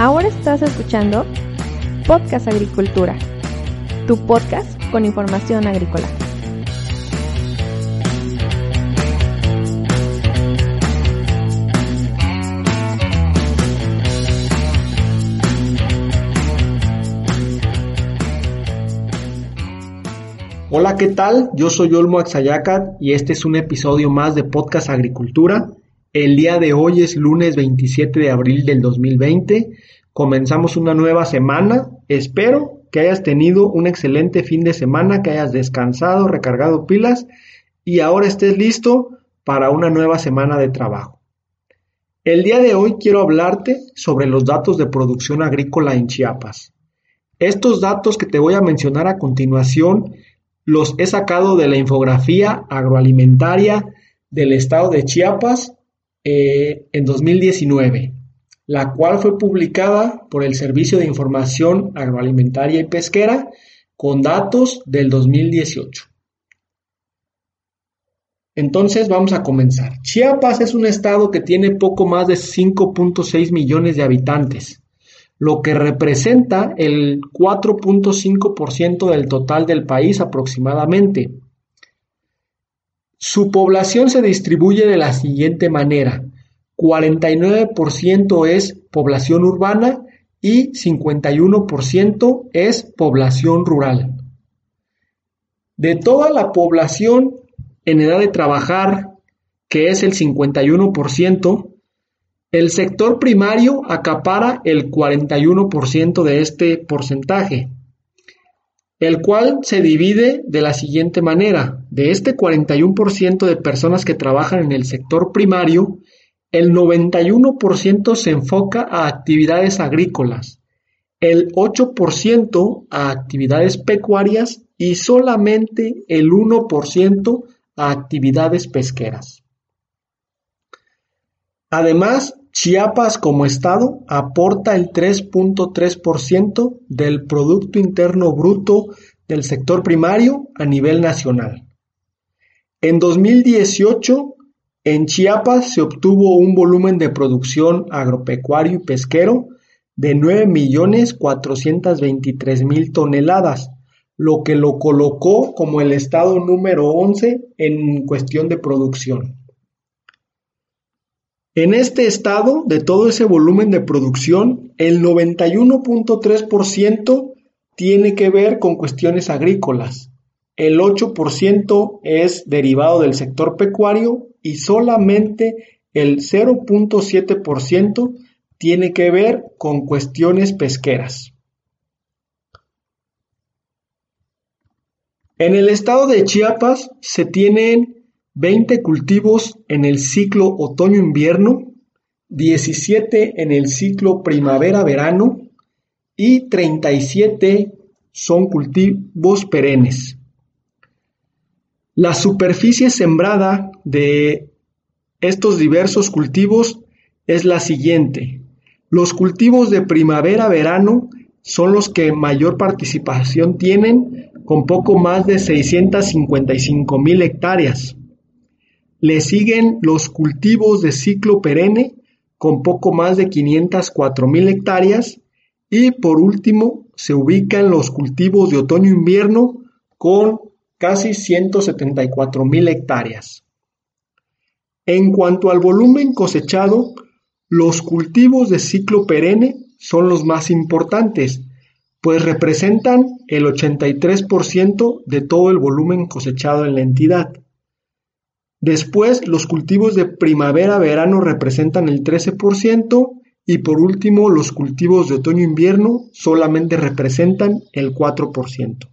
Ahora estás escuchando Podcast Agricultura, tu podcast con información agrícola. Hola, ¿qué tal? Yo soy Olmo Axayacat y este es un episodio más de Podcast Agricultura. El día de hoy es lunes 27 de abril del 2020. Comenzamos una nueva semana. Espero que hayas tenido un excelente fin de semana, que hayas descansado, recargado pilas y ahora estés listo para una nueva semana de trabajo. El día de hoy quiero hablarte sobre los datos de producción agrícola en Chiapas. Estos datos que te voy a mencionar a continuación los he sacado de la infografía agroalimentaria del estado de Chiapas en 2019, la cual fue publicada por el Servicio de Información Agroalimentaria y Pesquera con datos del 2018. Entonces vamos a comenzar. Chiapas es un estado que tiene poco más de 5.6 millones de habitantes, lo que representa el 4.5% del total del país aproximadamente. Su población se distribuye de la siguiente manera: 49% es población urbana y 51% es población rural. De toda la población en edad de trabajar, que es el 51%, el sector primario acapara el 41% de este porcentaje, el cual se divide de la siguiente manera. De este 41% de personas que trabajan en el sector primario, el 91% se enfoca a actividades agrícolas, el 8% a actividades pecuarias y solamente el 1% a actividades pesqueras. Además, Chiapas como estado aporta el 3.3% del Producto Interno Bruto del sector primario a nivel nacional. En 2018, en Chiapas se obtuvo un volumen de producción agropecuario y pesquero de 9.423.000 toneladas, lo que lo colocó como el estado número 11 en cuestión de producción. En este estado, de todo ese volumen de producción, el 91.3% tiene que ver con cuestiones agrícolas, el 8% es derivado del sector pecuario y solamente el 0.7% tiene que ver con cuestiones pesqueras. En el estado de Chiapas se tienen 20 cultivos en el ciclo otoño-invierno, 17 en el ciclo primavera-verano y 37 son cultivos perennes. La superficie sembrada de estos diversos cultivos es la siguiente. Los cultivos de primavera-verano son los que mayor participación tienen, con poco más de 655,000 hectáreas. Le siguen los cultivos de ciclo perenne con poco más de 504,000 hectáreas y por último se ubican los cultivos de otoño-invierno con casi 174,000 hectáreas. En cuanto al volumen cosechado, los cultivos de ciclo perenne son los más importantes, pues representan el 83% de todo el volumen cosechado en la entidad. Después, los cultivos de primavera-verano representan el 13% y por último, los cultivos de otoño-invierno solamente representan el 4%.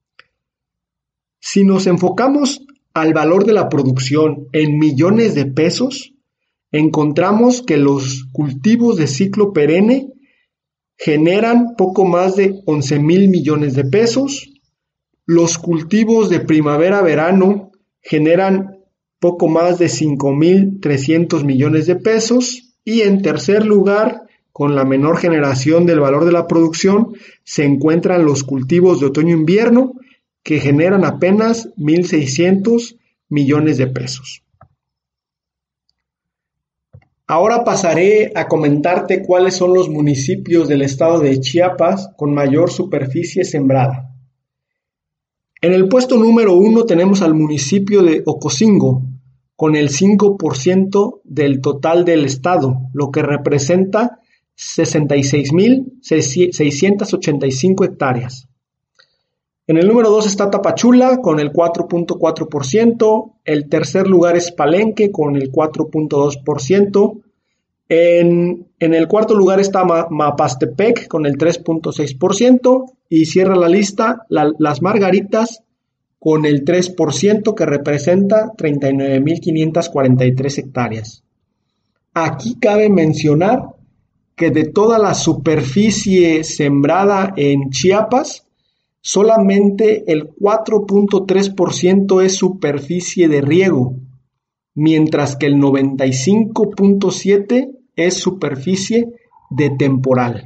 Si nos enfocamos al valor de la producción en millones de pesos, encontramos que los cultivos de ciclo perenne generan poco más de 11,000 millones de pesos, los cultivos de primavera-verano generan poco más de 5,300 millones de pesos y en tercer lugar, con la menor generación del valor de la producción, se encuentran los cultivos de otoño-invierno que generan apenas 1,600 millones de pesos. Ahora pasaré a comentarte cuáles son los municipios del estado de Chiapas con mayor superficie sembrada. En el puesto número 1 tenemos al municipio de Ocosingo, con el 5% del total del estado, lo que representa 66,685 hectáreas. En el número 2 está Tapachula con el 4.4%, el tercer lugar es Palenque con el 4.2%, en el cuarto lugar está Mapastepec con el 3.6% y cierra la lista Las Margaritas con el 3% que representa 39,543 hectáreas. Aquí cabe mencionar que de toda la superficie sembrada en Chiapas, solamente el 4.3% es superficie de riego, mientras que el 95.7% es superficie de temporal.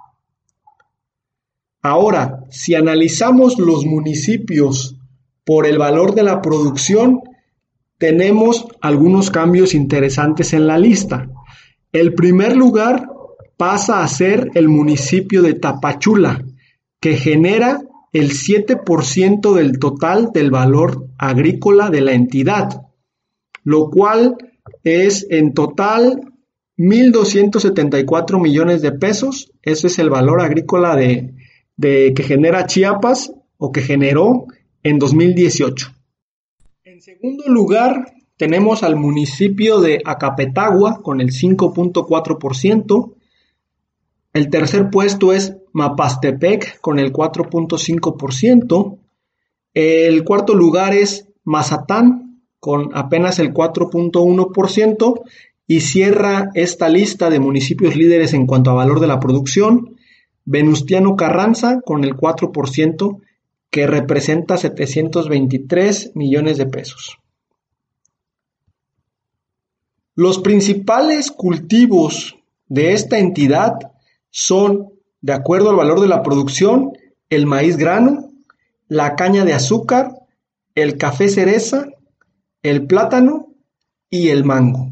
Ahora, si analizamos los municipios por el valor de la producción, tenemos algunos cambios interesantes en la lista. El primer lugar pasa a ser el municipio de Tapachula, que genera el 7% del total del valor agrícola de la entidad, lo cual es en total 1,274 millones de pesos. Ese es el valor agrícola que genera Chiapas o que generó en 2018. En segundo lugar, tenemos al municipio de Acapetagua con el 5.4%. El tercer puesto es Mapastepec con el 4.5%. El cuarto lugar es Mazatán con apenas el 4.1%. Y cierra esta lista de municipios líderes en cuanto a valor de la producción Venustiano Carranza con el 4%, que representa 723 millones de pesos. Los principales cultivos de esta entidad son, de acuerdo al valor de la producción, el maíz grano, la caña de azúcar, el café cereza, el plátano y el mango.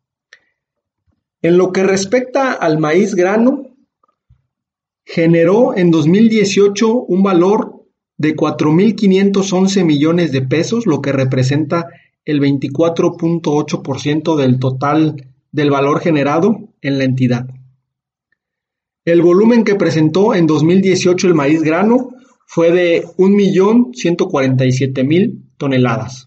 En lo que respecta al maíz grano, generó en 2018 un valor de 4,511 millones de pesos, lo que representa el 24.8% del total del valor generado en la entidad. El volumen que presentó en 2018 el maíz grano fue de 1,147,000 toneladas.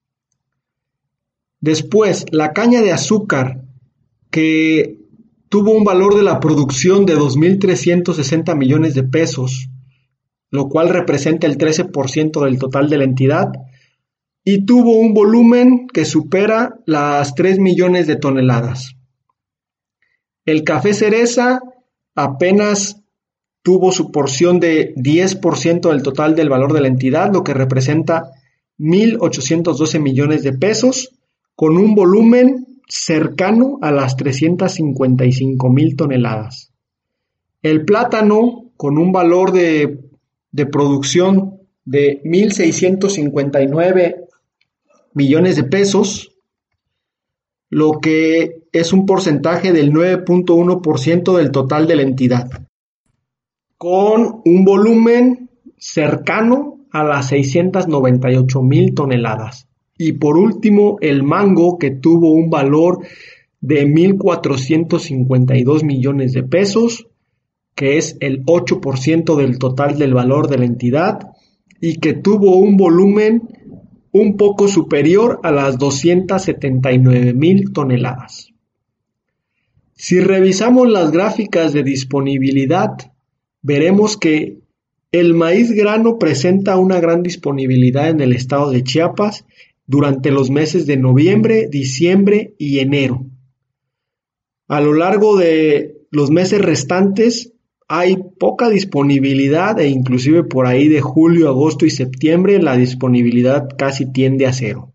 Después, la caña de azúcar, que tuvo un valor de la producción de 2,360 millones de pesos, lo cual representa el 13% del total de la entidad, y tuvo un volumen que supera las 3 millones de toneladas. El café cereza apenas tuvo su porción de 10% del total del valor de la entidad, lo que representa 1,812 millones de pesos, con un volumen cercano a las 355,000 toneladas. El plátano, con un valor de producción de 1,659 millones de pesos, lo que es un porcentaje del 9.1% del total de la entidad, con un volumen cercano a las 698,000 toneladas. Y por último, el mango, que tuvo un valor de 1,452 millones de pesos, que es el 8% del total del valor de la entidad, y que tuvo un volumen un poco superior a las 279,000 toneladas. Si revisamos las gráficas de disponibilidad, veremos que el maíz grano presenta una gran disponibilidad en el estado de Chiapas durante los meses de noviembre, diciembre y enero. A lo largo de los meses restantes hay poca disponibilidad e inclusive por ahí de julio, agosto y septiembre la disponibilidad casi tiende a cero.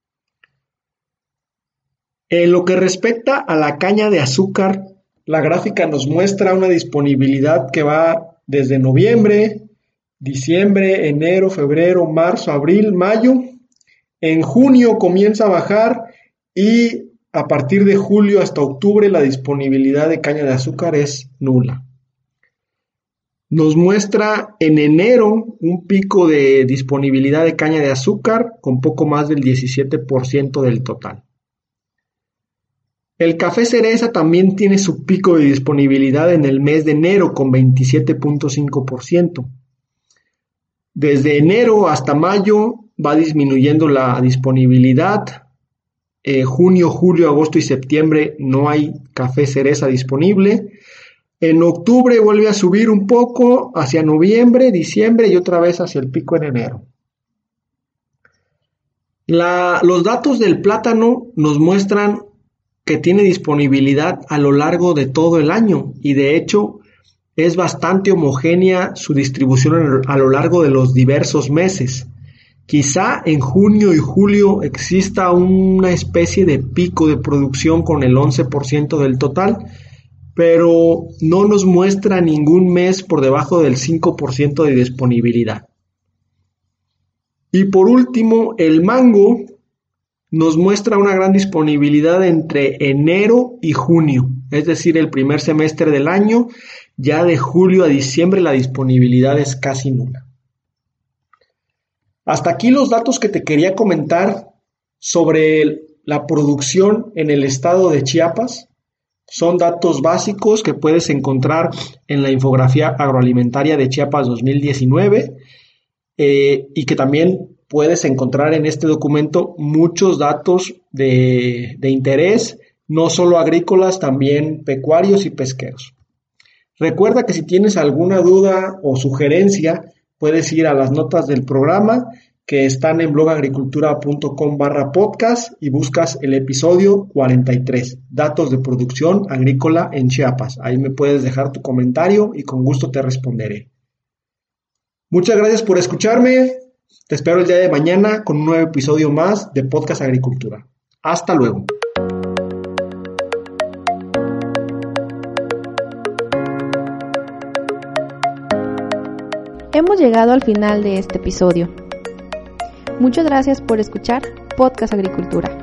En lo que respecta a la caña de azúcar, la gráfica nos muestra una disponibilidad que va desde noviembre, diciembre, enero, febrero, marzo, abril, mayo. En junio comienza a bajar y a partir de julio hasta octubre la disponibilidad de caña de azúcar es nula. Nos muestra en enero un pico de disponibilidad de caña de azúcar con poco más del 17% del total. El café cereza también tiene su pico de disponibilidad en el mes de enero con 27.5%. Desde enero hasta mayo va disminuyendo la disponibilidad. Junio, julio, agosto y septiembre no hay café cereza disponible. En octubre vuelve a subir un poco hacia noviembre, diciembre y otra vez hacia el pico en enero. Los datos del plátano nos muestran que tiene disponibilidad a lo largo de todo el año y de hecho es bastante homogénea su distribución a lo largo de los diversos meses. Quizá en junio y julio exista una especie de pico de producción con el 11% del total, pero no nos muestra ningún mes por debajo del 5% de disponibilidad. Y por último, el mango nos muestra una gran disponibilidad entre enero y junio, es decir, el primer semestre del año. Ya de julio a diciembre la disponibilidad es casi nula. Hasta aquí los datos que te quería comentar sobre la producción en el estado de Chiapas. Son datos básicos que puedes encontrar en la infografía agroalimentaria de Chiapas 2019 y que también puedes encontrar en este documento muchos datos de interés, no solo agrícolas, también pecuarios y pesqueros. Recuerda que si tienes alguna duda o sugerencia, puedes ir a las notas del programa que están en blogagricultura.com/podcast y buscas el episodio 43, Datos de Producción Agrícola en Chiapas. Ahí me puedes dejar tu comentario y con gusto te responderé. Muchas gracias por escucharme. Te espero el día de mañana con un nuevo episodio más de Podcast Agricultura. Hasta luego. Hemos llegado al final de este episodio. Muchas gracias por escuchar Podcast Agricultura.